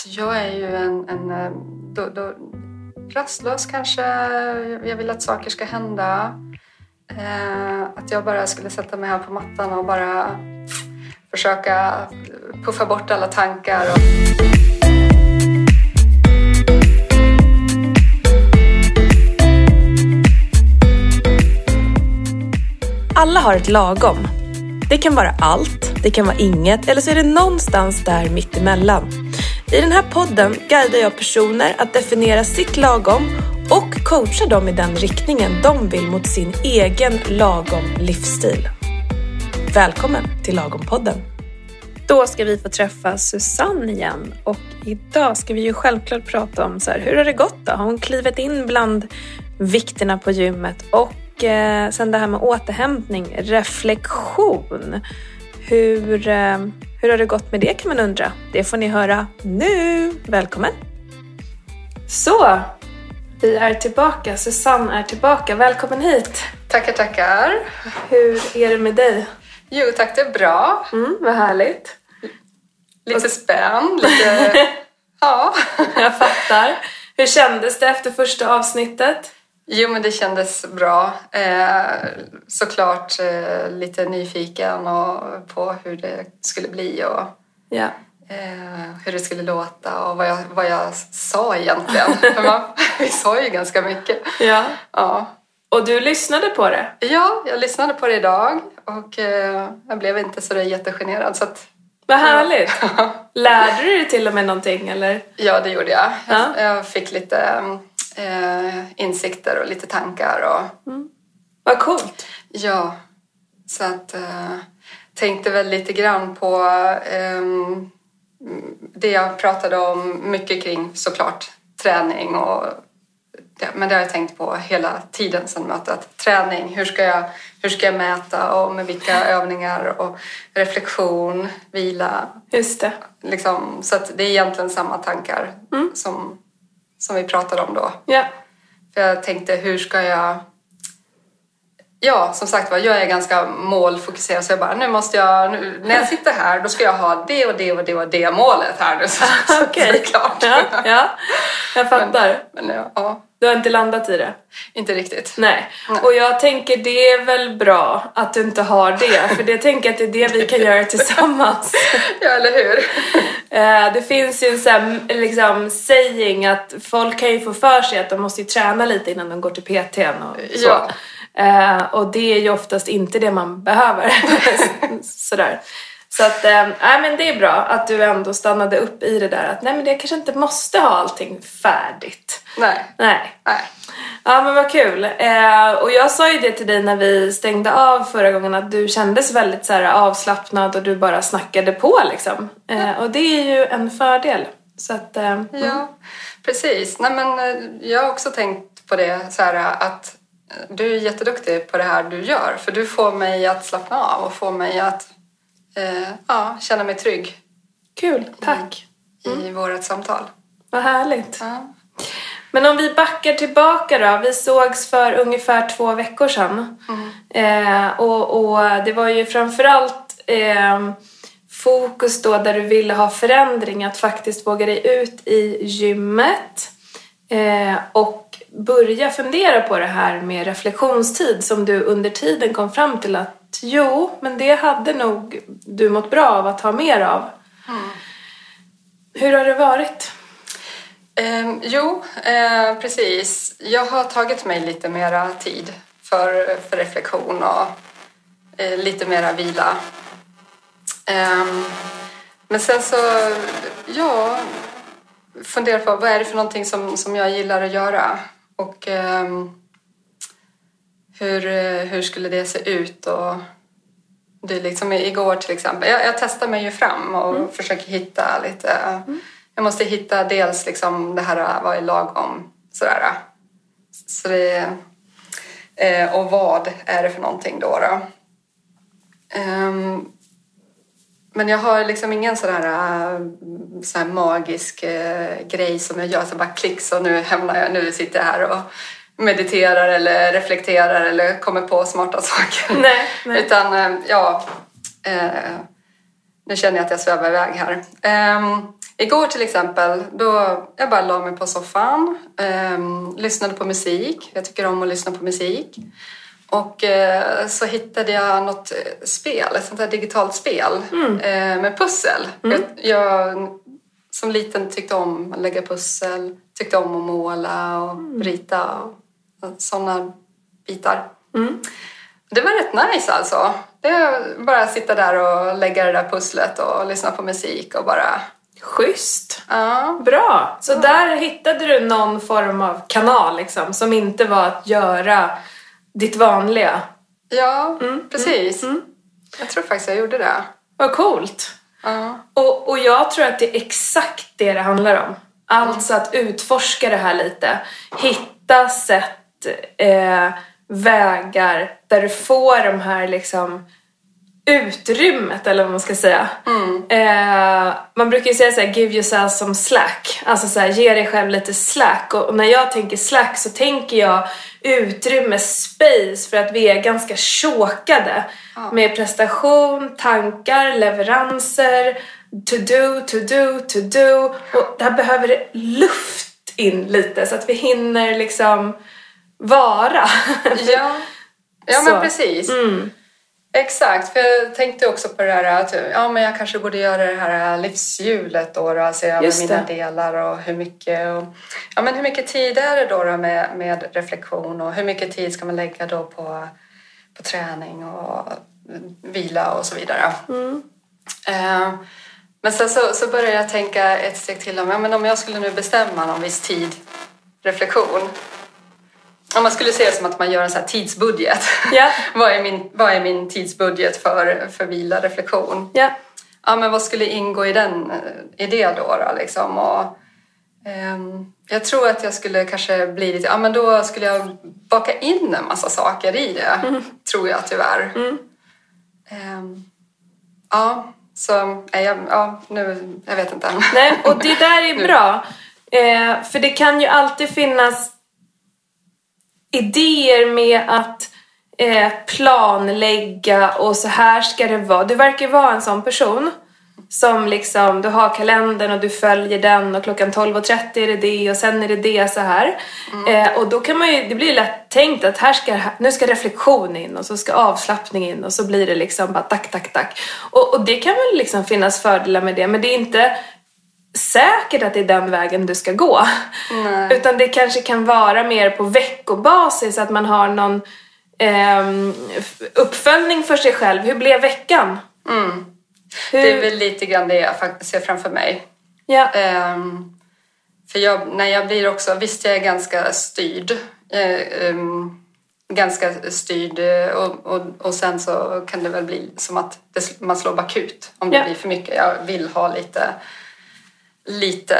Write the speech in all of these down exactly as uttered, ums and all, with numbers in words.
Alltså jag är ju en, en då, då, rastlös kanske. Jag vill att saker ska hända. Eh, att jag bara skulle sätta mig här på mattan och bara försöka puffa bort alla tankar. Och... Alla har ett lagom. Det kan vara allt, det kan vara inget eller så är det någonstans där mitt emellan. I den här podden guidar jag personer att definiera sitt lagom och coachar dem i den riktningen de vill mot sin egen lagom livsstil. Välkommen till Lagom-podden. Då ska vi få träffa Susanne igen och idag ska vi ju självklart prata om så här, hur har det gått då? Har hon klivit in bland vikterna på gymmet och eh, sen det här med återhämtning, reflektion. Hur, eh, hur har det gått med det kan man undra. Det får ni höra nu. Välkommen! Så, vi är tillbaka. Susanne är tillbaka. Välkommen hit. Tackar, tackar. Hur är det med dig? Jo, tack, det är bra. Mm, vad härligt. Lite spänd, lite... ja. Jag fattar. Hur kändes det efter första avsnittet? Jo, men det kändes bra. Eh, såklart eh, lite nyfiken och på hur det skulle bli och ja. eh, hur det skulle låta och vad jag, vad jag sa egentligen. man, vi sa ju ganska mycket. Ja. Ja. Och du lyssnade på det? Ja, jag lyssnade på det idag och eh, jag blev inte så jättegenerad. Så att, vad härligt. Ja. Lärde du dig till och med någonting? Eller? Ja, det gjorde jag. Ja. Jag, jag fick lite... Eh, insikter och lite tankar och... Mm. Vad coolt. Ja, så att eh, tänkte väl lite grann på eh, det jag pratade om mycket kring såklart träning och det, men det har jag tänkt på hela tiden sedan mötet. Träning, hur ska jag, hur ska jag mäta och med vilka övningar och reflektion, vila. Just det. Liksom, så att det är egentligen samma tankar mm. som Som vi pratade om då. Ja. För jag tänkte, hur ska jag... Ja, som sagt var, jag är ganska målfokuserad. Så jag bara, nu måste jag... Nu, när jag sitter här, då ska jag ha det och det och det och det målet här nu. Okej. Okay. Klart. Ja, ja, jag fattar. Men, men ja. Du har inte landat i det? Inte riktigt. Nej. Nej. Och jag tänker, det är väl bra att du inte har det. För det tänker jag att det är det vi kan göra tillsammans. Ja, eller hur? Det finns ju en sån här, liksom, saying att folk kan ju få för sig att de måste ju träna lite innan de går till P T:n och så. Ja. Uh, och det är ju oftast inte det man behöver. Sådär. Så att, uh, nej, men det är bra att du ändå stannade upp i det där. Att nej, men det kanske inte måste ha allting färdigt. Nej. Nej. Nej. Ja, men vad kul. Uh, och jag sa ju det till dig när vi stängde av förra gången. Att du kändes väldigt så här, avslappnad och du bara snackade på liksom. Uh, och det är ju en fördel. Så att, uh, ja, mm. precis. Nej, men jag har också tänkt på det så här att du är jätteduktig på det här du gör. För du får mig att slappna av och får mig att eh, ja, känna mig trygg. Kul, tack. I, mm. i vårt samtal. Vad härligt. Ja. Men om vi backar tillbaka då. Vi sågs för ungefär två veckor sedan. Mm. Eh, och, och det var ju framförallt eh, fokus då där du ville ha förändring. Att faktiskt våga dig ut i gymmet. Eh, och börja fundera på det här med reflektionstid som du under tiden kom fram till att jo, men det hade nog du mått bra av att ha mer av. Mm. Hur har det varit? Eh, jo, eh, precis. Jag har tagit mig lite mera tid för, för reflektion och eh, lite mera vila. Eh, men sen så, ja... fundera på vad är det för någonting som, som jag gillar att göra och um, hur, hur skulle det se ut och det liksom igår till exempel jag, jag testar mig ju fram och mm. försöker hitta lite mm. jag måste hitta dels liksom det här vad är lagom sådär så det, eh, och vad är det för någonting då då um, men jag har liksom ingen sån här, sån här magisk eh, grej som jag gör så bara klick så nu hämnar jag, nu sitter jag här och mediterar eller reflekterar eller kommer på smarta saker. Nej, nej. Utan eh, ja, eh, nu känner jag att jag svävar iväg här. Um, igår till exempel, då jag bara la mig på soffan, um, lyssnade på musik. Jag tycker om att lyssna på musik. Och uh, så hittade jag något spel, ett sånt här digitalt spel mm. uh, med pussel. Mm. Jag, jag som liten tyckte om att lägga pussel, tyckte om att måla och mm. rita och, och sådana bitar. Mm. Det var rätt nice alltså. Det är bara att sitta där och lägga det där pusslet och lyssna på musik och bara... Schysst. Ja. Bra. Så ja. Där hittade du någon form av kanal liksom, som inte var att göra ditt vanliga. Ja, mm. precis. Mm. Jag tror faktiskt jag gjorde det. Vad coolt. Ja. Och, och jag tror att det är exakt det det handlar om. Alltså mm. att utforska det här lite. Hitta sätt... Eh, vägar där du får de här liksom utrymmet, eller vad man ska säga. Mm. Eh, man brukar ju säga så här, give yourself some slack. Alltså så här, ge dig själv lite slack. Och, och när jag tänker slack så tänker jag utrymme, space, för att vi är ganska chokade ja. med prestation, tankar, leveranser, to do, to do, to do. Och där behöver det luft in lite så att vi hinner liksom vara. Ja, ja men precis. Mm. Exakt, för jag tänkte också på det här att ja, men jag kanske borde göra det här livshjulet då, då se över mina delar och hur mycket och, ja, men hur mycket tid är det då, då med, med reflektion och hur mycket tid ska man lägga då på, på träning och vila och så vidare. Mm. Uh, men sen så, så började jag tänka ett steg till om, ja, men om jag skulle nu bestämma någon viss tid reflektion. Om man skulle se det som att man gör en sån här tidsbudget. Yeah. vad, är min, vad är min tidsbudget för, för vila, reflektion? Yeah. Ja, men vad skulle ingå i, den, i det då? då liksom? Och, um, jag tror att jag skulle kanske bli lite... Ja, men då skulle jag baka in en massa saker i det. Mm. Tror jag tyvärr. Mm. Um, ja, så... Jag, ja, nu... Jag vet inte. Nej, och det där är bra. Eh, för det kan ju alltid finnas... idéer med att eh, planlägga och så här ska det vara. Du verkar vara en sån person som liksom, du har kalendern och du följer den och klockan tolv och trettio är det det och sen är det det så här. Mm. Eh, och då kan man ju, det blir lätt tänkt att här ska, nu ska reflektion in och så ska avslappning in och så blir det liksom bara tack, tack, tack. Och, och det kan väl liksom finnas fördelar med det, men det är inte säkert att det är den vägen du ska gå. Nej. Utan det kanske kan vara mer på veckobasis att man har någon eh, uppföljning för sig själv. Hur blev veckan? Mm. Hur... Det är väl lite grann det jag faktiskt ser framför mig. Ja. Um, för jag, när jag blir också, visst jag är ganska styrd. Uh, um, ganska styrd och, och, och sen så kan det väl bli som att det, man slår bakut om det ja. blir för mycket. Jag vill ha lite... lite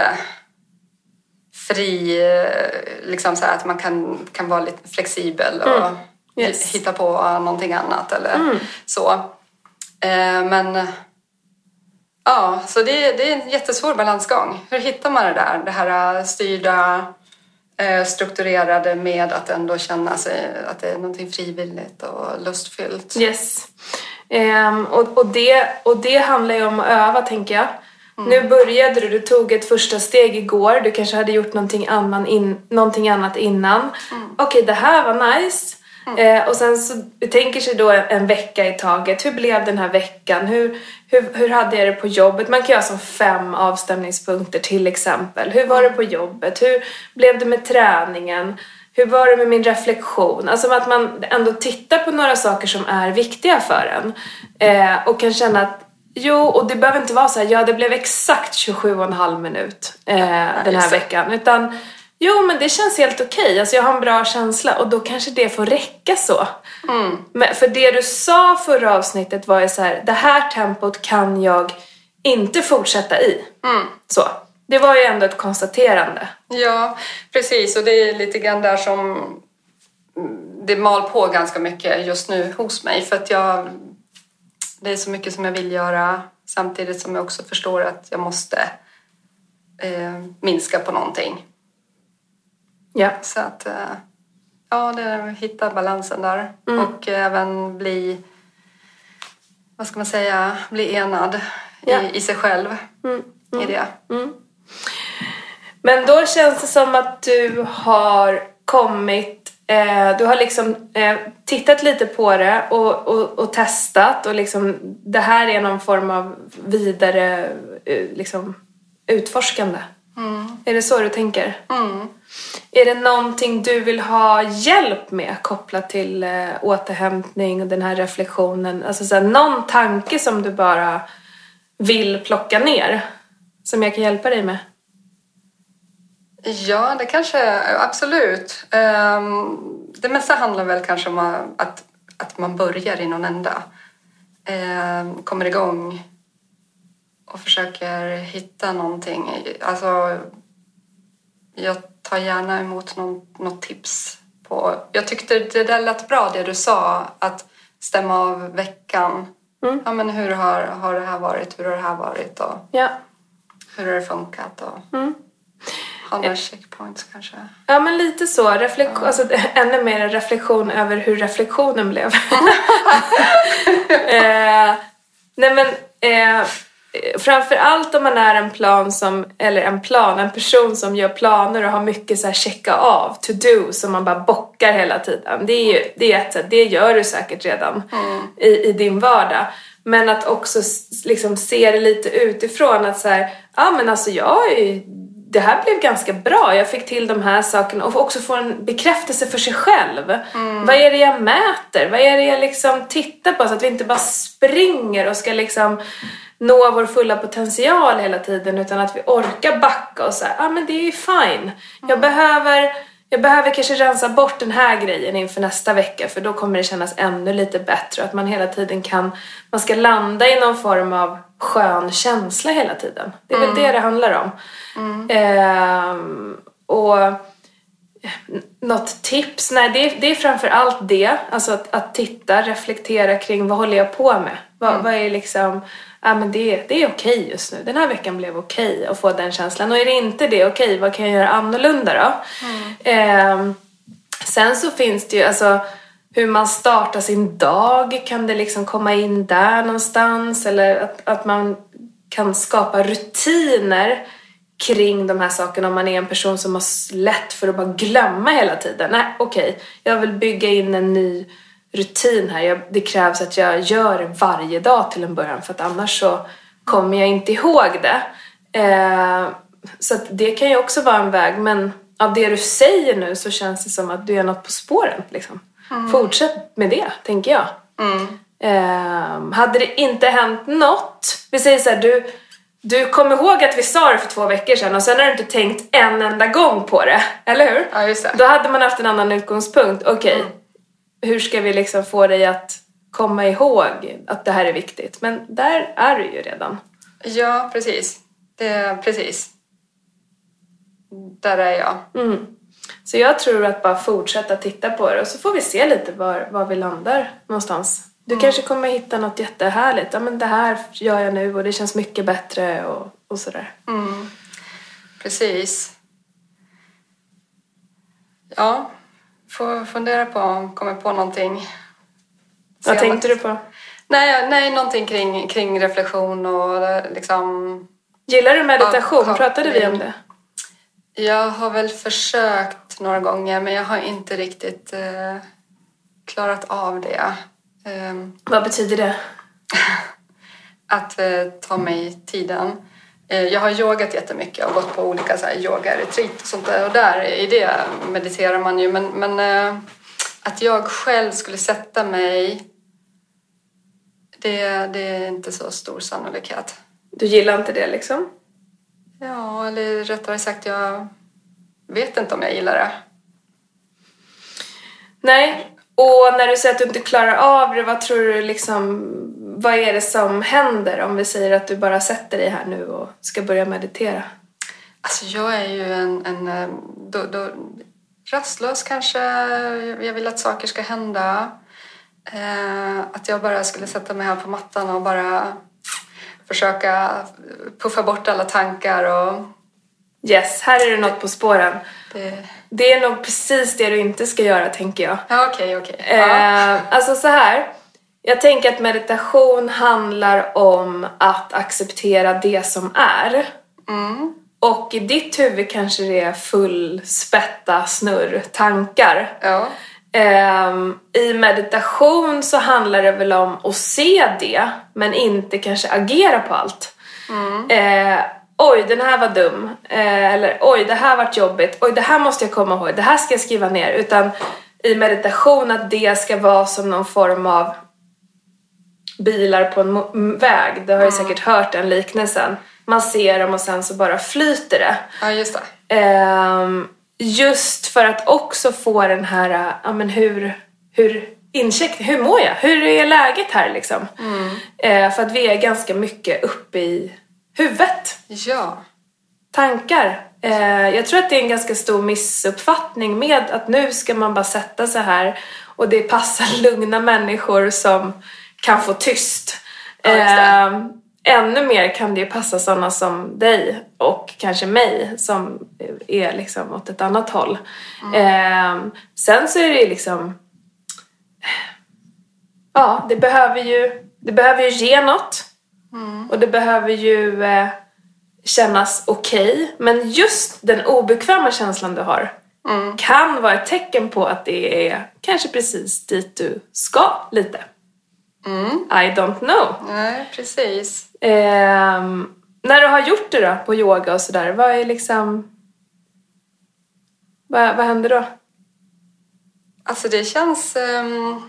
fri, liksom så här att man kan, kan vara lite flexibel och mm. yes. hitta på någonting annat eller mm. så. Eh, men ja, så det, det är en jättesvår balansgång. Hur hittar man det där? Det här styrda, eh, strukturerade med att ändå känna sig att det är någonting frivilligt och lustfyllt. Yes. Eh, och, och, det, och det handlar ju om att öva, tänker jag. Mm. Nu började du, du tog ett första steg igår. Du kanske hade gjort någonting, annan in, någonting annat innan. Mm. Okej, okay, det här var nice. Mm. Eh, och sen så tänker sig då en, en vecka i taget. Hur blev den här veckan? Hur, hur, hur hade jag det på jobbet? Man kan göra som fem avstämningspunkter till exempel. Hur var det på jobbet? Hur blev det med träningen? Hur var det med min reflektion? Alltså att man ändå tittar på några saker som är viktiga för en. Eh, och kan känna att jo, och det behöver inte vara så här, ja det blev exakt tjugosju och en halv minut eh, ja, den här veckan. Utan, jo men det känns helt okej. Alltså jag har en bra känsla och då kanske det får räcka så. Mm. Men för det du sa förra avsnittet var ju så här, det här tempot kan jag inte fortsätta i. Mm. Så, det var ju ändå ett konstaterande. Ja, precis. Och det är lite grann där som det mal på ganska mycket just nu hos mig. För att jag... Det är så mycket som jag vill göra samtidigt som jag också förstår att jag måste eh, minska på någonting. Ja. Så att, eh, ja, det är att hitta balansen där. Mm. Och även bli, vad ska man säga, bli enad ja. i, i sig själv mm. Mm. i det. Mm. Men då känns det som att du har kommit, eh, du har liksom eh, tittat lite på det och, och, och testat och liksom det här är någon form av vidare eh, liksom utforskande. Mm. Är det så du tänker? Mm. Är det någonting du vill ha hjälp med kopplat till eh, återhämtning och den här reflektionen? Alltså så här, någon tanke som du bara vill plocka ner som jag kan hjälpa dig med? Ja, det kanske, absolut. Um, det mesta handlar väl kanske om att, att man börjar i någon ända. Um, kommer igång och försöker hitta någonting. Alltså, jag tar gärna emot någon, något tips på... Jag tyckte det där lät bra, det du sa, att stämma av veckan. Mm. Ja, men hur har, har det här varit? Hur har det här varit? Och ja. Hur har det funkat? Och mm. ha några checkpoints kanske. Ja, men lite så. Reflektion, ja. Alltså, ännu mer reflektion över hur reflektionen blev. eh, nej, men... Eh, framför allt om man är en plan som, eller en plan, en person som gör planer och har mycket så här checka av, to do, som man bara bockar hela tiden. Det är ju, det är ett sätt, det gör du säkert redan mm. i, i din vardag. Men att också liksom se det lite utifrån, att så här, ja men alltså jag det här blev ganska bra, jag fick till de här sakerna och också få en bekräftelse för sig själv. Mm. Vad är det jag mäter? Vad är det jag liksom tittar på, så att vi inte bara springer och ska liksom nå vår fulla potential hela tiden, utan att vi orkar backa och säga, ja ah, men det är ju fine. Jag mm. behöver jag behöver kanske rensa bort den här grejen inför nästa vecka, för då kommer det kännas ännu lite bättre. Att man hela tiden kan, man ska landa i någon form av skön känsla hela tiden. Det är mm. väl det det handlar om. Mm. Ehm, och något tips? Nej, det är, det är framför allt det. Alltså att, att titta, reflektera kring vad håller jag på med? Vad, mm. vad är liksom... Ja, men det, det är okej just nu. Den här veckan blev okej att få den känslan. Och är det inte det okej, vad kan jag göra annorlunda då? Mm. Eh, sen så finns det ju, alltså hur man startar sin dag. Kan det liksom komma in där någonstans? Eller att, att man kan skapa rutiner kring de här sakerna. Om man är en person som har lätt för att bara glömma hela tiden. Nej, okej. Jag vill bygga in en ny rutin här. Jag, det krävs att jag gör det varje dag till en början, för att annars så kommer jag inte ihåg det. Eh, så att det kan ju också vara en väg, men av det du säger nu så känns det som att du är något på spåren. Liksom. Mm. Fortsätt med det, tänker jag. Mm. Eh, hade det inte hänt något, vi säger så här, du, du kommer ihåg att vi sa det för två veckor sedan och sen har du inte tänkt en enda gång på det, eller hur? Ja, just det. Då hade man haft en annan utgångspunkt. Okej. Okay. Mm. Hur ska vi liksom få dig att komma ihåg att det här är viktigt? Men där är du ju redan. Ja, precis. Det, precis. Där är jag. Mm. Så jag tror att bara fortsätta titta på det. Och så får vi se lite var, var vi landar någonstans. Du mm. kanske kommer hitta något jättehärligt. Ja, men det här gör jag nu och det känns mycket bättre och, och sådär. Mm. Precis. Ja. Får fundera på om kommer på någonting. Vad tänkte du på? Nej, nej någonting kring, kring reflektion och liksom... Gillar du meditation? Ja, pratade vi om det? Jag har väl försökt några gånger, men jag har inte riktigt eh, klarat av det. Um, Vad betyder det? Att eh, ta mig tiden. Eh, jag har yogat jättemycket och gått på olika så här, yoga-retreat och sånt där. Och där i det mediterar man ju. Men, men eh, att jag själv skulle sätta mig, det, det är inte så stor sannolikhet. Du gillar inte det liksom? Ja, eller rättare sagt, jag vet inte om jag gillar det. Nej, och när du säger att du inte klarar av det, vad tror du liksom, vad är det som händer om vi säger att du bara sätter dig här nu och ska börja meditera? Alltså jag är ju en, en då, då, rastlös kanske, jag vill att saker ska hända. Eh, att jag bara skulle sätta mig här på mattan och bara försöka puffa bort alla tankar och... Yes, här är det något på spåren. Det, det är nog precis det du inte ska göra, tänker jag. Ja, okej, okay, okej. Okay. Eh, ja. Alltså så här, Jag tänker att meditation handlar om att acceptera det som är. Mm. Och i ditt huvud kanske det är full spätta, snurr, tankar. Ja. Um, I meditation så handlar det väl om att se det, men inte kanske agera på allt. Mm. Uh, oj, den här var dum. Uh, eller oj, det här var jobbigt. Oj, det här måste jag komma ihåg. Det här ska jag skriva ner. Utan i meditation att det ska vara som någon form av bilar på en mo- väg. Det har jag mm. säkert hört den liknelsen. Man ser dem och sen så bara flyter det. Ja, just det. Um, just för att också få den här, ja men hur, hur incheckning, hur mår jag? Hur är läget här liksom? Mm. Uh, för att vi är ganska mycket uppe i huvudet. Ja. Tankar. Uh, jag tror att det är en ganska stor missuppfattning med att nu ska man bara sätta sig här och det passar lugna människor som kan få tyst. Ja, just det. Uh, Ännu mer kan det ju passa sådana som dig och kanske mig som är liksom åt ett annat håll. Mm. Eh, sen så är det liksom... Ja, det behöver ju, det behöver ju ge något. Mm. Och det behöver ju eh, kännas okej. Okay. Men just den obekväma känslan du har mm. kan vara ett tecken på att det är kanske precis dit du ska lite. Mm. I don't know. Nej, precis. Eh, när du har gjort det då på yoga och sådär, vad är liksom vad, vad händer då? Alltså det känns um,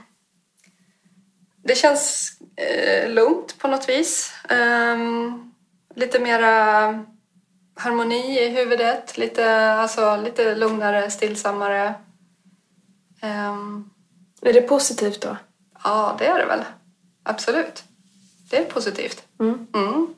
det känns uh, lugnt på något vis. Um, lite mera harmoni i huvudet, lite, alltså, lite lugnare, stillsammare. Um, är det positivt då? Ja, det är det väl. Absolut. Det är positivt. Mm. Mm.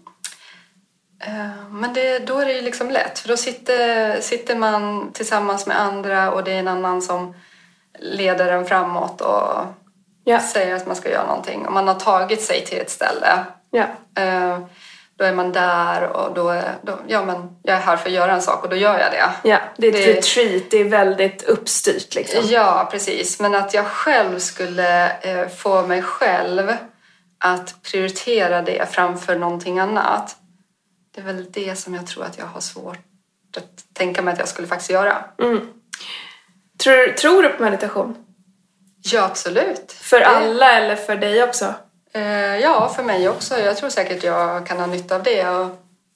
Men det, då är det ju liksom lätt. För då sitter, sitter man tillsammans med andra och det är en annan som leder en framåt och ja. säger att man ska göra någonting. Och man har tagit sig till ett ställe. Ja. Då är man där och då, är, då ja men jag är här för att göra en sak och då gör jag det. Ja, det är ett det, retreat. Det är väldigt uppstyrt liksom. Ja, precis. Men att jag själv skulle eh, få mig själv att prioritera det framför någonting annat. Det är väl det som jag tror att jag har svårt att tänka mig att jag skulle faktiskt göra. Mm. Tror, tror du på meditation? Ja, absolut. För det... alla eller för dig också? Eh, ja, för mig också. Jag tror säkert jag kan ha nytta av det. Och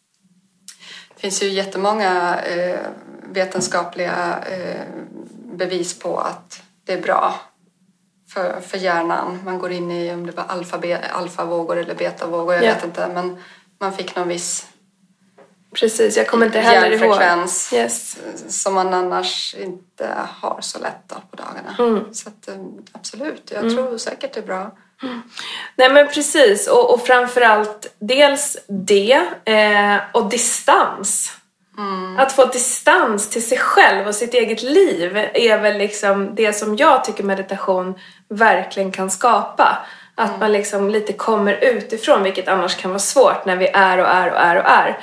det finns ju jättemånga eh, vetenskapliga eh, bevis på att det är bra för, för hjärnan. Man går in i om det var alfa, alfavågor eller betavågor, jag ja. vet inte. Men man fick någon viss Precis, jag kommer inte heller ihåg. Hjärnfrekvens yes. som man annars inte har så lätt av på dagarna. Mm. Så att, absolut, jag mm. tror säkert det är bra. Mm. Nej men precis, och, och framförallt dels det eh, och distans. Mm. Att få distans till sig själv och sitt eget liv är väl liksom det som jag tycker meditation verkligen kan skapa. Att mm. man liksom lite kommer utifrån, vilket annars kan vara svårt när vi är och är och är och är.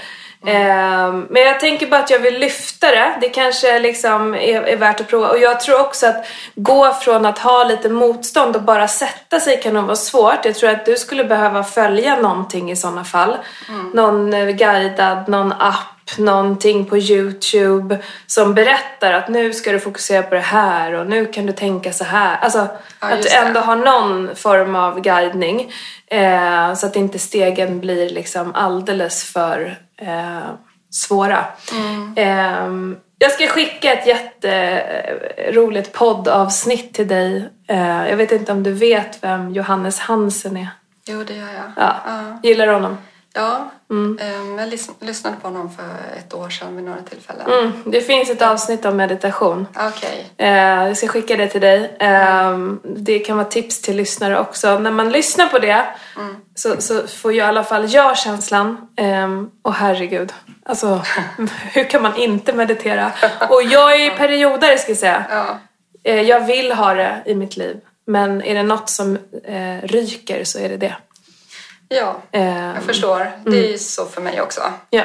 Mm. Men jag tänker bara att jag vill lyfta det. Det kanske liksom är, är värt att prova. Och jag tror också att gå från att ha lite motstånd och bara sätta sig kan nog vara svårt. Jag tror att du skulle behöva följa någonting i sådana fall. Mm. Någon guidad, någon app, någonting på YouTube som berättar att nu ska du fokusera på det här och nu kan du tänka så här. Alltså ja, att du ändå har någon form av guidning. Eh, så att inte stegen blir liksom alldeles för eh, svåra. Mm. Eh, jag ska skicka ett jätteroligt poddavsnitt till dig. Eh, jag vet inte om du vet vem Johannes Hansen är. Jo, det gör jag. Ja. Ja. Gillar du honom? Ja, mm. um, jag lys- lyssnade på honom för ett år sedan vid några tillfällen. Mm. Det finns ett avsnitt om meditation. Okej. Okay. Eh, jag ska skicka det till dig. Eh, det kan vara tips till lyssnare också. När man lyssnar på det mm. så, så får jag i alla fall jag känslan. Eh, och herregud, alltså hur kan man inte meditera? Och jag är i perioder ska jag säga. Ja. Eh, jag vill ha det i mitt liv. Men är det något som eh, ryker så är det det. Ja, eh, jag förstår. Mm. Det är så för mig också. Ja.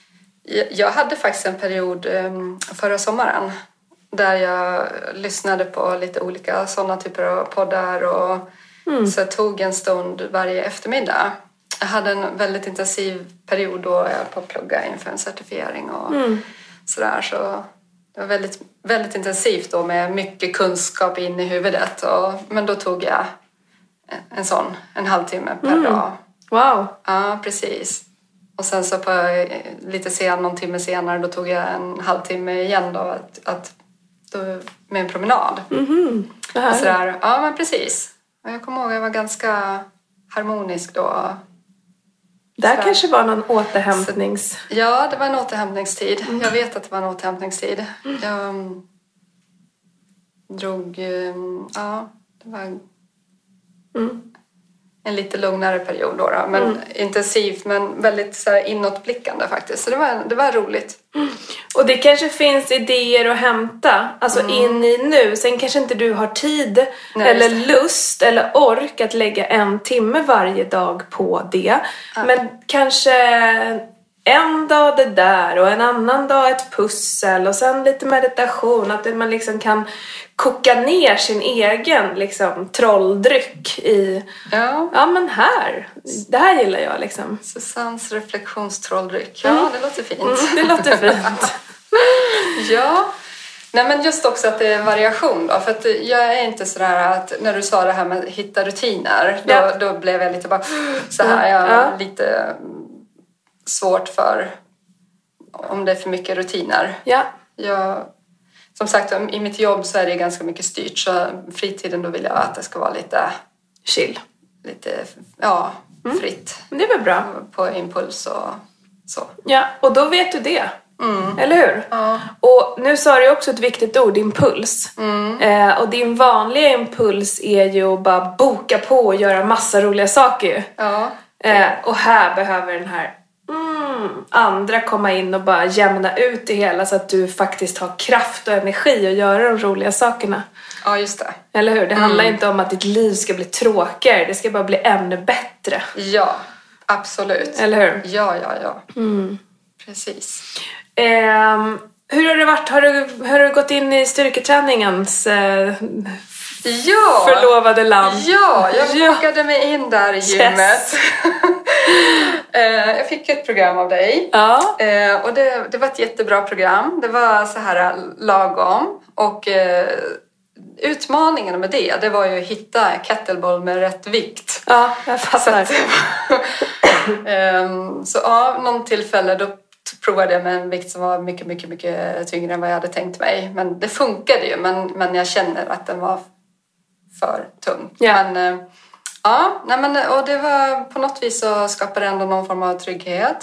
Jag hade faktiskt en period förra sommaren där jag lyssnade på lite olika sådana typer av poddar och Mm. Så jag tog en stund varje eftermiddag. Jag hade en väldigt intensiv period då jag höll på att plugga inför en certifiering och mm. sådär. Så det var väldigt, väldigt intensivt då med mycket kunskap in i huvudet. Och, men då tog jag en sån, en halvtimme per mm. dag. Wow! Ja, precis. Och sen så på lite sen, någon timme senare, då tog jag en halvtimme igen då, att, att, då med en promenad. Mm-hmm. Och sådär. Ja, men precis. Och jag kommer ihåg att jag var ganska harmonisk då. Där sådär. Kanske var någon återhämtnings... Så, ja, det var en återhämtningstid. Mm. Jag vet att det var en återhämtningstid. Mm. Jag um, drog... Um, ja, det var... Mm. En lite lugnare period då, då men mm. intensivt men väldigt så här, inåtblickande faktiskt. Så det var, det var roligt. Mm. Och det kanske finns idéer att hämta, alltså mm. in i nu. Sen kanske inte du har tid Nej, eller lust eller ork att lägga en timme varje dag på det. Ja. Men kanske en dag det där och en annan dag ett pussel och sen lite meditation. Att man liksom kan koka ner sin egen liksom, trolldryck i... Ja. Ja, men här. Det här gillar jag liksom. Susannes reflektionstrolldryck. Ja, mm. det låter fint. Mm, det låter fint. Ja. Nej, men just också att det är variation då. För att jag är inte sådär att... När du sa det här med att hitta rutiner. Då, ja. då blev jag lite bara... Så här, jag ja. lite svårt för... Om det är för mycket rutiner. Ja. Jag... Som sagt, i mitt jobb så är det ganska mycket styrt. Så fritiden då vill jag att det ska vara lite... Chill. Lite, ja, fritt. Mm. Det är väl bra. På impuls och så. Ja, och då vet du det. Mm. Eller hur? Ja. Och nu sa du också ett viktigt ord, impuls. Mm. Eh, och din vanliga impuls är ju att bara boka på och göra massa roliga saker. Ja. Eh, och här behöver den här... Mm, andra komma in och bara jämna ut det hela så att du faktiskt har kraft och energi att göra de roliga sakerna. Ja, just det. Eller hur? Det mm. handlar inte om att ditt liv ska bli tråkigare. Det ska bara bli ännu bättre. Ja, absolut. Eller hur? Ja, ja, ja. Mm. Precis. Eh, hur har det varit? Har du, har du gått in i styrketräningens... Eh, Ja, förlovade land. Ja, jag ja. bokade mig in där i gymmet. Yes. Jag fick ett program av dig. Ja. Och det, det var ett jättebra program. Det var så här lagom. Och utmaningen med det, det var ju att hitta kettlebell med rätt vikt. Ja, jag fattar. Så, att, så ja, någon tillfälle då provade jag med en vikt som var mycket, mycket, mycket tyngre än vad jag hade tänkt mig. Men det funkade ju, men, men jag känner att den var för tung. Ja. Men, ja, nej men, och det var på något vis så skapade det ändå någon form av trygghet.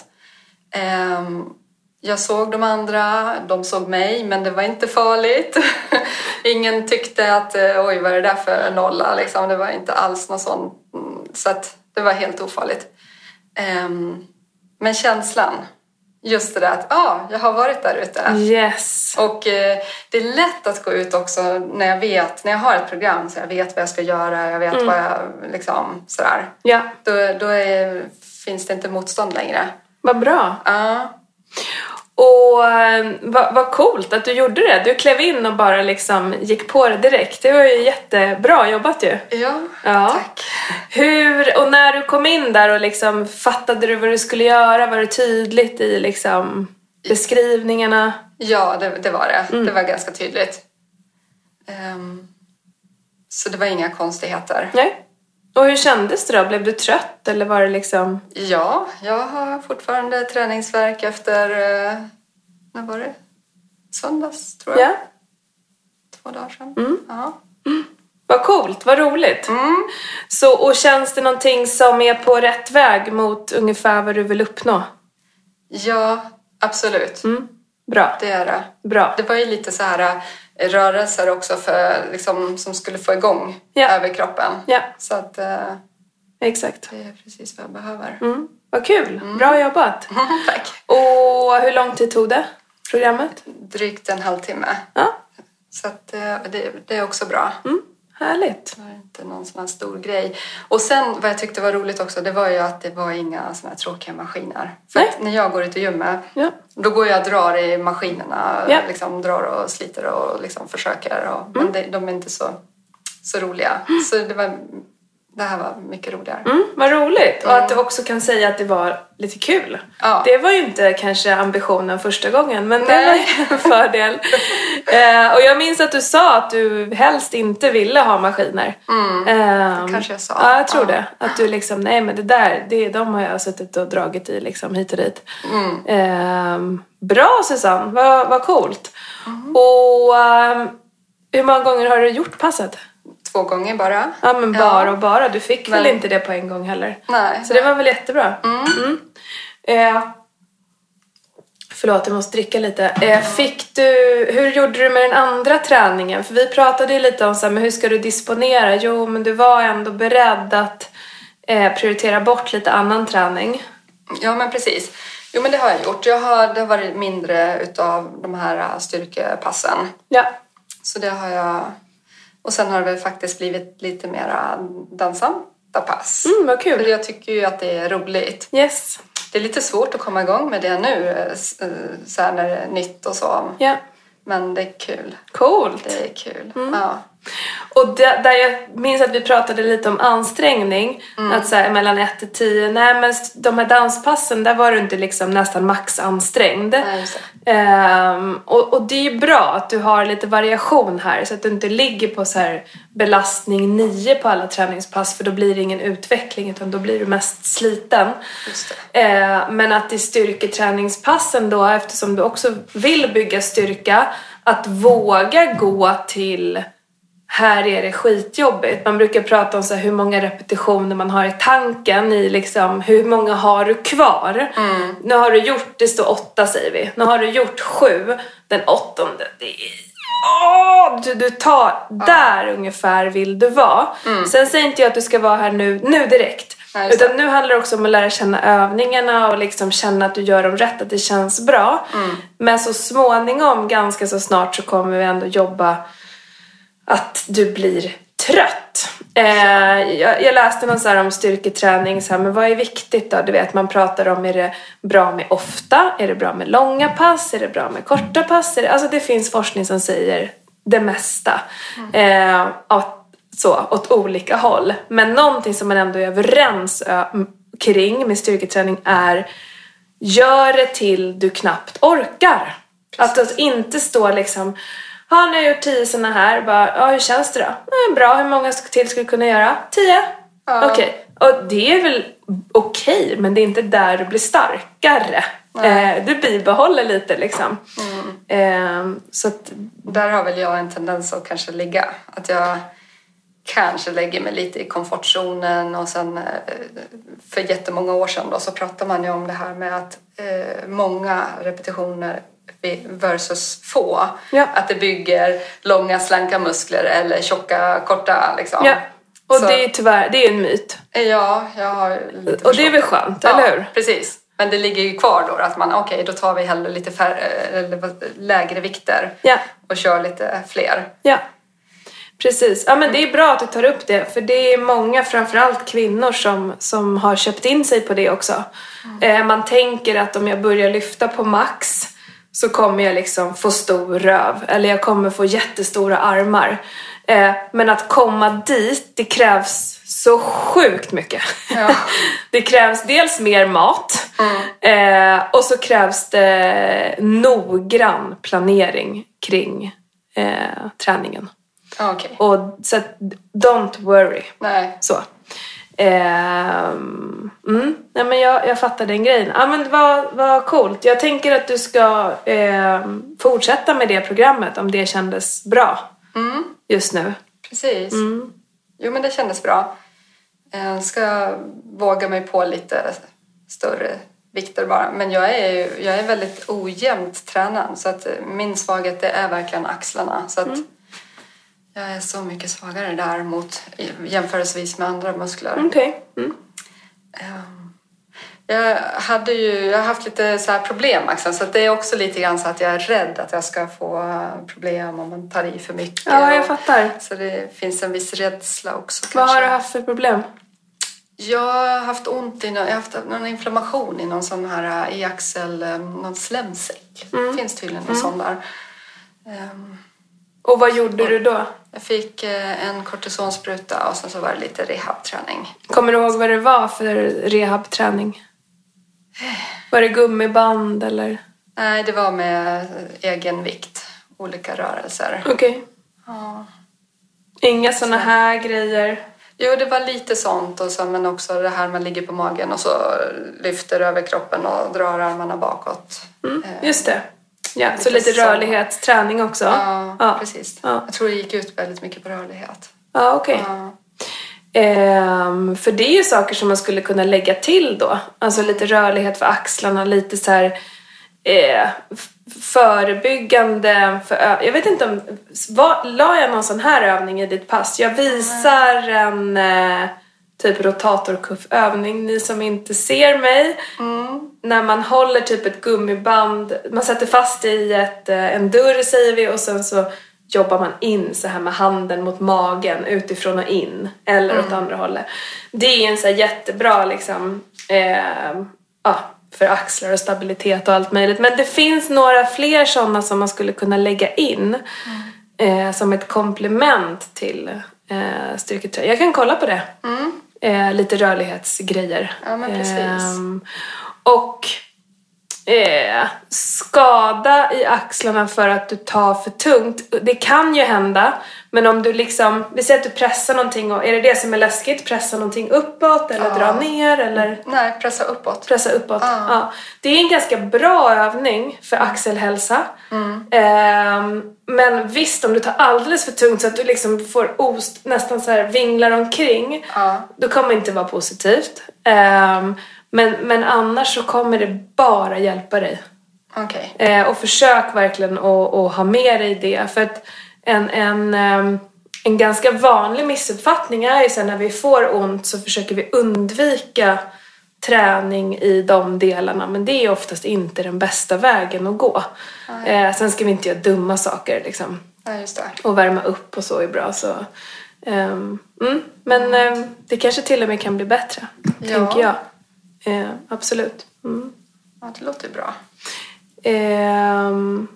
Jag såg de andra, de såg mig, men det var inte farligt. Ingen tyckte att, oj, vad är det där för nolla? Liksom. Det var inte alls något sånt. Så att det var helt ofarligt. Men känslan, just det där att ah, jag har varit där ute. Yes. Och eh, det är lätt att gå ut också när jag vet, när jag har ett program så jag vet vad jag ska göra, jag vet mm. vad jag liksom sådär. Ja. Då, då är, finns det inte motstånd längre. Vad bra. Ja. Och vad, vad coolt att du gjorde det. Du klev in och bara liksom gick på det direkt. Det var ju jättebra jobbat ju. Ja, ja. Tack. Hur, och när du kom in där och liksom fattade du vad du skulle göra? Var det tydligt i liksom beskrivningarna? Ja, det, det var det. Mm. Det var ganska tydligt. Um, så det var inga konstigheter. Nej. Och hur kändes det då? Blev du trött eller var det liksom... Ja, jag har fortfarande träningsvärk efter... Uh, när var det? Söndags, tror jag. Ja. Två dagar sedan. Mm. Ja. Mm. Vad coolt, vad roligt. Mm. Så, och känns det någonting som är på rätt väg mot ungefär vad du vill uppnå? Ja, absolut. Mm. Bra. Det är det. Bra. Det var ju lite så här rörelser också för, liksom, som skulle få igång ja. över kroppen. Ja. Så att eh, exakt. det är precis vad jag behöver. Mm. Vad kul. Mm. Bra jobbat. Mm, tack. Och hur lång tid tog det, programmet? Drygt en halvtimme. Ja. Så att, eh, det, det är också bra. Mm. Härligt. Det var inte någon sån här stor grej. Och sen vad jag tyckte var roligt också, det var ju att det var inga såna här tråkiga maskiner. För att när jag går ut i gymmet, ja. då går jag och drar i maskinerna. Ja. Liksom drar och sliter och liksom försöker. Och, mm. Men det, de är inte så, så roliga. Mm. Så det var det här var mycket roligare. Mm, vad roligt. Mm. Och att du också kan säga att det var lite kul. Ja. Det var ju inte kanske ambitionen första gången, men det Nej. var ju en fördel. eh, och jag minns att du sa att du helst inte ville ha maskiner. Mm. Eh, Det kanske jag sa. Ja, jag tror Ja. det. Att du liksom, nej men det där, det, de har jag suttit och dragit i liksom hit och dit. Mm. Eh, bra Susanne, vad, vad coolt. Mm. Och eh, hur många gånger har du gjort passet? Två gånger bara. Ja men bara Ja. och bara, du fick Men- väl inte det på en gång heller? Nej. Så det var väl jättebra. Mm. Mm. Eh, förlåt, jag måste dricka lite. Eh, fick du, hur gjorde du med den andra träningen? För vi pratade ju lite om så här, men hur ska du disponera? Jo, men du var ändå beredd att eh, prioritera bort lite annan träning. Ja, men precis. Jo, men det har jag gjort. Jag har, det har varit mindre utav de här styrkepassen. Ja. Så det har jag... Och sen har det väl faktiskt blivit lite mera dansanta pass. Mm, vad För kul. jag tycker ju att det är roligt. Yes. Det är lite svårt att komma igång med det nu, så här när det är nytt och så. Ja. Men det är kul. Coolt. Det är kul. Mm. Ja. Och där, där jag minns att vi pratade lite om ansträngning. Mm. Att så här, mellan ett till tio. Nej, men de här danspassen, där var du inte liksom nästan max ansträngd. Nej, just det. Ehm, och, och det är ju bra att du har lite variation här. Så att du inte ligger på så här belastning nio på alla träningspass. För då blir det ingen utveckling, utan då blir du mest sliten. Just det. Ehm, men att i styrketräningspassen då, eftersom du också vill bygga styrka, att våga gå till... Här är det skitjobbigt. Man brukar prata om så här, hur många repetitioner man har i tanken. I liksom, hur många har du kvar? Mm. Nu har du gjort, det står åtta säger vi. Nu har du gjort sju. Den åttonde, det är... Åh, du, du tar, där ungefär vill du vara. Mm. Sen säger inte jag att du ska vara här nu, nu direkt. Nej, just det. Utan nu handlar det också om att lära känna övningarna och liksom känna att du gör dem rätt, att det känns bra. Mm. Men så småningom, ganska så snart, så kommer vi ändå jobba att du blir trött. Eh, jag, jag läste någon så här om styrketräning, så här, men vad är viktigt då? Du vet, man pratar om, är det bra med ofta? Är det bra med långa pass? Är det bra med korta pass? Är det, alltså det finns forskning som säger det mesta. Mm. Eh, att, så, åt olika håll. Men någonting som man ändå är överens ö, kring med styrketräning är, gör det till du knappt orkar. Precis. Att det inte står liksom... Ja, nu har jag gjort tio sådana här. Bara, ja, hur känns det då? Nej, bra, hur många till skulle du kunna göra? Tio? Ja. Okej. Okay. Och det är väl okej, okay, men det är inte där du blir starkare. Eh, du bibehåller lite liksom. Mm. Eh, så att... Där har väl jag en tendens att kanske ligga. Att jag kanske lägger mig lite i komfortzonen. Och sen för jättemånga år sedan då, så pratade man ju om det här med att eh, många repetitioner versus få. Ja. Att det bygger långa slanka muskler eller tjocka korta liksom. Ja. Och så, det är tyvärr, det är en myt. Ja, jag har lite och det är väl skönt, ja, eller hur? Precis. Men det ligger ju kvar då att man, okej, okay, då tar vi hellre lite färre, eller lägre vikter. Ja. Och kör lite fler. Ja. Precis. Ja, men det är bra att du tar upp det. För det är många, framförallt kvinnor, som, som har köpt in sig på det också. Mm. Eh, man tänker att om jag börjar lyfta på max, så kommer jag liksom få stor röv. Eller jag kommer få jättestora armar. Eh, men att komma dit, det krävs så sjukt mycket. Ja. Det krävs dels mer mat. Mm. Eh, och så krävs det noggrann planering kring eh, träningen. Okay. Och så att, don't worry. Nej. Så. Ehm, mm. Nej, men jag, jag fattar den grejen. Ja, men vad, vad coolt. Jag tänker att du ska eh, fortsätta med det programmet om det kändes bra mm. just nu. Precis. Mm. Jo, men det kändes bra. Jag ska våga mig på lite större vikter bara. Men jag är, jag är väldigt ojämnt tränad. Så att min svaghet det är verkligen axlarna. Så att mm. jag är så mycket svagare där mot jämförelsevis med andra muskler. Okej. Okay. Mm. Um, jag hade ju jag har haft lite så här problem axeln, så att det är också lite grann så att jag är rädd att jag ska få problem om man tar i för mycket. Ja, jag och, fattar. Så det finns en viss rädsla också. Vad kanske. har du haft för problem? Jag har haft ont i någon, jag har haft någon inflammation i någon sån här i axel, någon slemsäck. Mm. Det finns tydligen någon mm. sån där. Um, Och vad gjorde och, du då? Jag fick en kortisonspruta och sen så var det lite rehabträning. Kommer du ihåg vad det var för rehabträning? Var det gummiband eller? Nej, det var med egen vikt. Olika rörelser. Okej. Okay. Ja. Inga såna här grejer? Jo, det var lite sånt. Och så, men också det här man ligger på magen och så lyfter över kroppen och drar armarna bakåt. Mm, just det. Ja, lite så lite rörlighetsträning också. Ja, ja. precis. Ja. Jag tror det gick ut väldigt mycket på rörlighet. Ja, okej. Okay. Ja. Ehm, för det är ju saker som man skulle kunna lägga till då. Alltså lite rörlighet för axlarna, lite så här eh, förebyggande. För, jag vet inte om... Vad, la jag någon sån här övning i ditt pass? Jag visar en eh, typ rotatorkuffövning. Ni som inte ser mig. Mm. När man håller typ ett gummiband. Man sätter fast i ett, en dörr säger vi. Och sen så jobbar man in så här med handen mot magen. Utifrån och in. Eller mm. åt andra hållet. Det är en så här jättebra liksom... Eh, ja, för axlar och stabilitet och allt möjligt. Men det finns några fler sådana som man skulle kunna lägga in. Mm. Eh, som ett komplement till eh, styrketräning. Jag kan kolla på det. Mm. Eh, lite rörlighetsgrejer. Ja, men precis. Eh, och eh, skada i axlarna för att du tar för tungt. Det kan ju hända. Men om du liksom, vi säger att du pressar någonting. Och är det det som är läskigt? Pressa någonting uppåt eller ja. dra ner? Eller? Nej, pressa uppåt. Pressa uppåt, ja. ja. Det är en ganska bra övning för axelhälsa. Mm. Eh, men visst, om du tar alldeles för tungt så att du liksom får ost, nästan så här vinglar omkring. Ja. Då kommer det inte vara positivt. Eh, men, men annars så kommer det bara hjälpa dig. Okej. Okay. Eh, och försök verkligen att, att ha med dig det. För att En, en, en ganska vanlig missuppfattning är ju sen när vi får ont så försöker vi undvika träning i de delarna. Men det är oftast inte den bästa vägen att gå. Eh, sen ska vi inte göra dumma saker liksom. Ja, just det. Och värma upp och så är bra. Så, um, mm, men um, det kanske till och med kan bli bättre, ja. tänker jag. Eh, absolut. Mm. Ja, det låter bra. Um,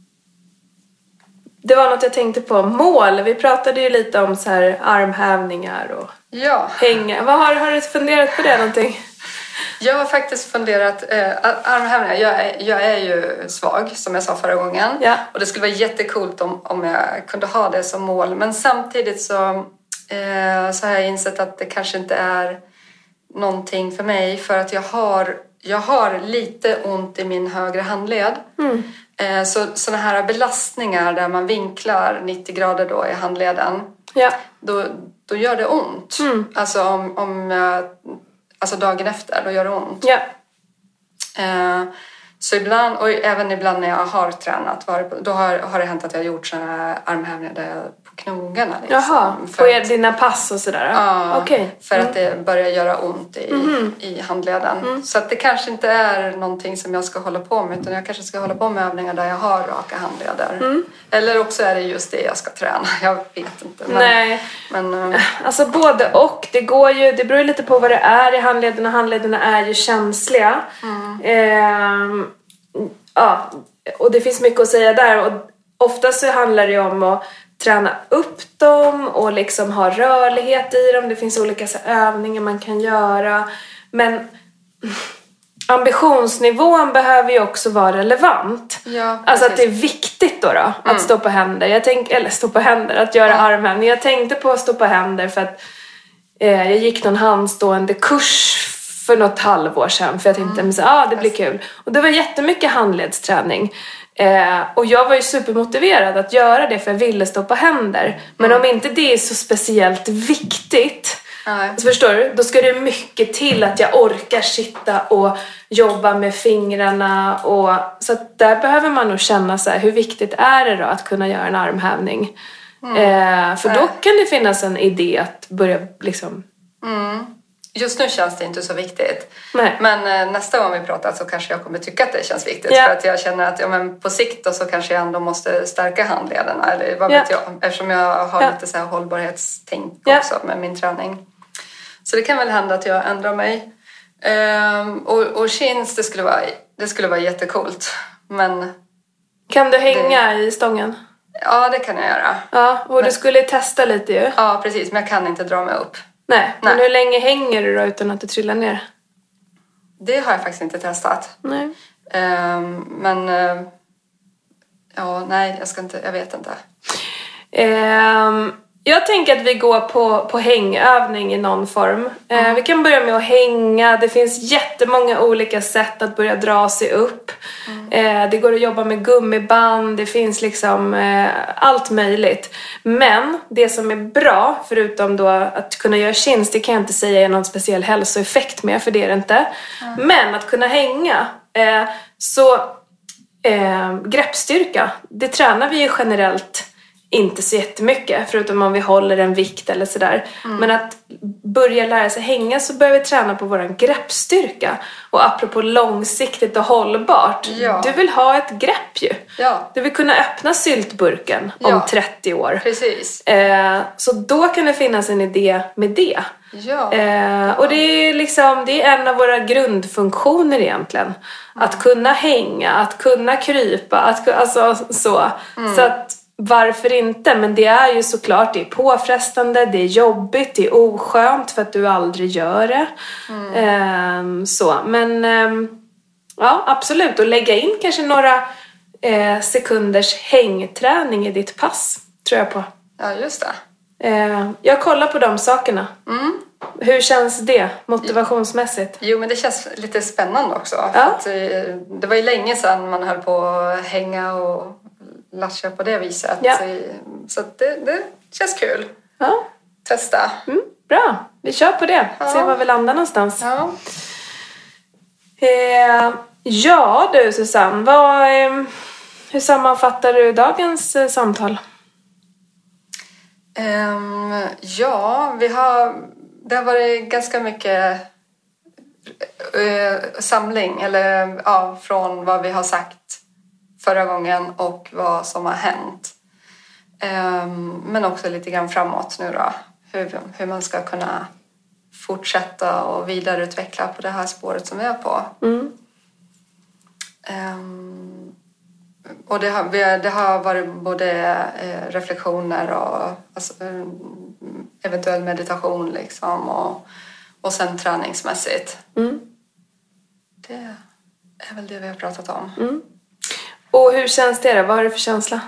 Det var något jag tänkte på. Mål. Vi pratade ju lite om så här armhävningar och ja. hänga. Vad har, har du funderat på det någonting? Jag har faktiskt funderat... Eh, armhävningar. Jag är, jag är ju svag, som jag sa förra gången. Ja. Och det skulle vara jättekult om, om jag kunde ha det som mål. Men samtidigt så, eh, så har jag insett att det kanske inte är någonting för mig. För att jag har, jag har lite ont i min högra handled. Mm. Så sådana här belastningar där man vinklar nittio grader då i handleden, ja. då, då gör det ont. Mm. Alltså, om, om, alltså dagen efter, då gör det ont. Ja. Så ibland, och även ibland när jag har tränat, då har, har det hänt att jag har gjort sådana här armhävningar där jag på knogarna. Liksom, Jaha, på att, dina pass och sådär? Ja, okay. för mm. att det börjar göra ont i, mm. i handleden. Mm. Så att det kanske inte är någonting som jag ska hålla på med, utan jag kanske ska hålla på med övningar där jag har raka handleder. Mm. Eller också är det just det jag ska träna, jag vet inte. Men, Nej, men, uh... alltså både och. Det, går ju, det beror lite på vad det är i handlederna. Handlederna är ju känsliga. Mm. Eh, ja, och det finns mycket att säga där. Och ofta så handlar det om att träna upp dem och liksom ha rörlighet i dem. Det finns olika så övningar man kan göra. Men ambitionsnivån behöver ju också vara relevant. Ja, alltså att det är viktigt då, då att mm. stå på händer. Jag tänk, eller stå på händer, att göra mm. armhävningar. Jag tänkte på att stå på händer för att eh, jag gick någon handstående kurs för något halvår sedan. För jag tänkte mm. att ah, det blir kul. Och det var jättemycket handledsträning. Eh, och jag var ju supermotiverad att göra det för jag ville stå på händer. Men mm. om inte det är så speciellt viktigt, så förstår du, då ska det mycket till att jag orkar sitta och jobba med fingrarna. Och, så att där behöver man nog känna så här, hur viktigt är det då att kunna göra en armhävning? Mm. Eh, för då kan det finnas en idé att börja liksom... Mm. Just nu känns det inte så viktigt. Nej. Men eh, nästa gång vi pratar så kanske jag kommer tycka att det känns viktigt. Ja. För att jag känner att ja, men på sikt då, så kanske jag ändå måste stärka handlederna. Eller vad ja. vet jag. Eftersom jag har ja. lite så här hållbarhetstänk ja. också med min träning. Så det kan väl hända att jag ändrar mig. Ehm, och, och chins, det skulle vara, det skulle vara jättekult. Men... Kan du hänga det... i stången? Ja, det kan jag göra. Ja, och men... du skulle testa lite ju. Ja, precis. Men jag kan inte dra mig upp. Nej, Nej. Men hur länge hänger du då utan att du trillar ner? Det har jag faktiskt inte testat. Nej. Um, men... Uh, ja, nej, jag ska inte... Jag vet inte. Um... Jag tänker att vi går på, på hängövning i någon form. Mm. Eh, vi kan börja med att hänga. Det finns jättemånga olika sätt att börja dra sig upp. Mm. Eh, det går att jobba med gummiband. Det finns liksom eh, allt möjligt. Men det som är bra, förutom då att kunna göra chins, det kan jag inte säga är någon speciell hälsoeffekt med, för det är det inte. Mm. Men att kunna hänga. Eh, så eh, greppstyrka, det tränar vi ju generellt inte så jättemycket, förutom om vi håller en vikt eller sådär. Mm. Men att börja lära sig hänga, så börjar vi träna på våran greppstyrka. Och apropå långsiktigt och hållbart. Ja. Du vill ha ett grepp ju. Ja. Du vill kunna öppna syltburken ja. om trettio år. Precis. Eh, så då kan det finnas en idé med det. Ja. Eh, och det är, liksom, det är en av våra grundfunktioner egentligen. Mm. Att kunna hänga, att kunna krypa. Att, alltså så. Mm. Så att varför inte? Men det är ju såklart, det är påfrestande, det är jobbigt, det är oskönt för att du aldrig gör det. Mm. Ehm, så, men ehm, ja, absolut. Och lägga in kanske några eh, sekunders hängträning i ditt pass, tror jag på. Ja, just det. Ehm, jag kollar på de sakerna. Mm. Hur känns det motivationsmässigt? Jo, men det känns lite spännande också. Ja. För att, det var ju länge sedan man höll på att hänga och latcha på det viset. Ja. Så det, det känns kul. Ja. Testa. Mm, bra, vi kör på det. Ja. Se var vi landar någonstans. Ja, eh, ja du Susanne, vad, eh, hur sammanfattar du dagens eh, samtal? Um, ja, vi har, det har varit ganska mycket uh, samling eller, ja, från vad vi har sagt förra gången och vad som har hänt. Um, men också lite grann framåt nu då. Hur, hur man ska kunna fortsätta och vidareutveckla på det här spåret som vi är på. Mm. Um, och det har, det har varit både eh, reflektioner och alltså, eventuell meditation liksom, och, och sen träningsmässigt. Mm. Det är väl det vi har pratat om. Mm. Och hur känns det då? Vad har du för känsla?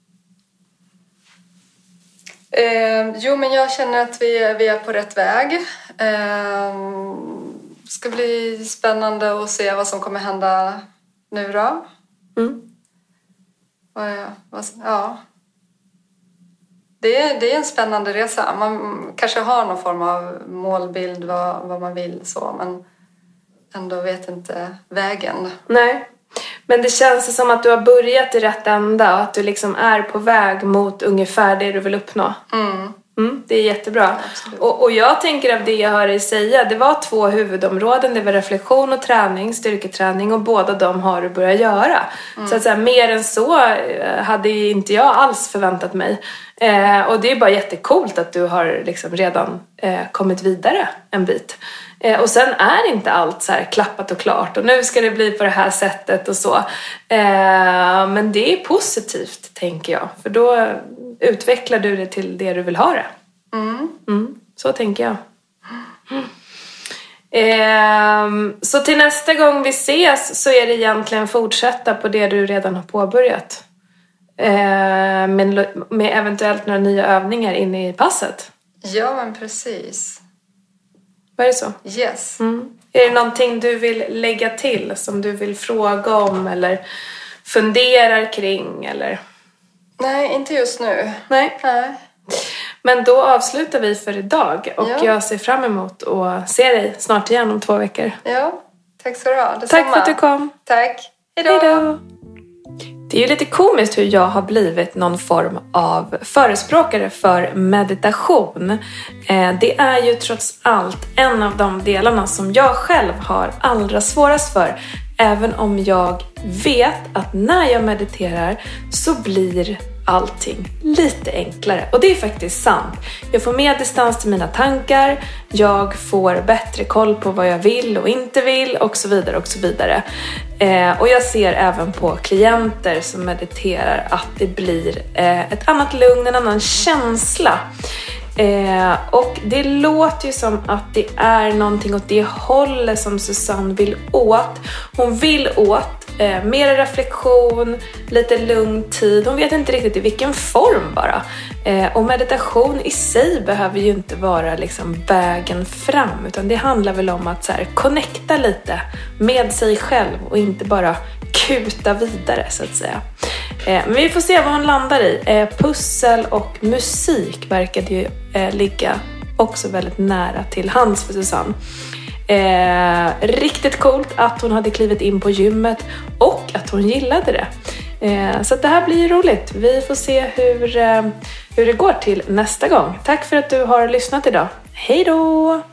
Eh, jo, men jag känner att vi är, vi är på rätt väg. Eh, ska bli spännande att se vad som kommer hända nu då. Mm. Och, vad, ja. Det är, det är en spännande resa. Man kanske har någon form av målbild vad, vad man vill så, men ändå vet inte vägen. Nej. Men det känns som att du har börjat i rätt ända och att du liksom är på väg mot ungefär det du vill uppnå. Mm. Mm, det är jättebra. Och, och jag tänker av det jag hör dig säga, det var två huvudområden. Det var reflektion och träning, styrketräning, och båda de har du börjat göra. Mm. Så att säga, mer än så hade inte jag alls förväntat mig. Eh, och det är bara jättekult att du har liksom redan eh, kommit vidare en bit. Eh, och sen är inte allt så här klappat och klart. Och nu ska det bli på det här sättet och så. Eh, men det är positivt, tänker jag. För då utvecklar du det till det du vill ha det. Mm. Mm, så tänker jag. Mm. Eh, så till nästa gång vi ses så är det egentligen fortsätta på det du redan har påbörjat. Eh, med, med eventuellt några nya övningar inne i passet. Ja, men precis. Var det så? Yes. Mm. Är det någonting du vill lägga till som du vill fråga om eller funderar kring? Eller? Nej, inte just nu. Nej. Nej. Men då avslutar vi för idag och ja. jag ser fram emot att se dig snart igen om två veckor. Ja, tack ska du ha. Detsamma. Tack för att du kom. Tack. Hej då. Hej då. Det är ju lite komiskt hur jag har blivit någon form av förespråkare för meditation. Det är ju trots allt en av de delarna som jag själv har allra svårast för. Även om jag vet att när jag mediterar så blir allting lite enklare. Och det är faktiskt sant. Jag får mer distans till mina tankar. Jag får bättre koll på vad jag vill och inte vill och så vidare och så vidare. Eh, och jag ser även på klienter som mediterar att det blir eh, ett annat lugn, en annan känsla. Eh, och det låter ju som att det är någonting åt det hållet som Susanne vill åt. Hon vill åt eh, mer reflektion, lite lugn tid. Hon vet inte riktigt i vilken form bara. Eh, och meditation i sig behöver ju inte vara liksom vägen fram, utan det handlar väl om att så här, connecta lite med sig själv och inte bara kuta vidare så att säga. Eh, men vi får se vad hon landar i. Eh, pussel och musik verkade ju eh, ligga också väldigt nära till hands för Susanne. Eh, riktigt coolt att hon hade klivit in på gymmet och att hon gillade det. Eh, så att det här blir roligt. Vi får se hur, eh, hur det går till nästa gång. Tack för att du har lyssnat idag. Hej då!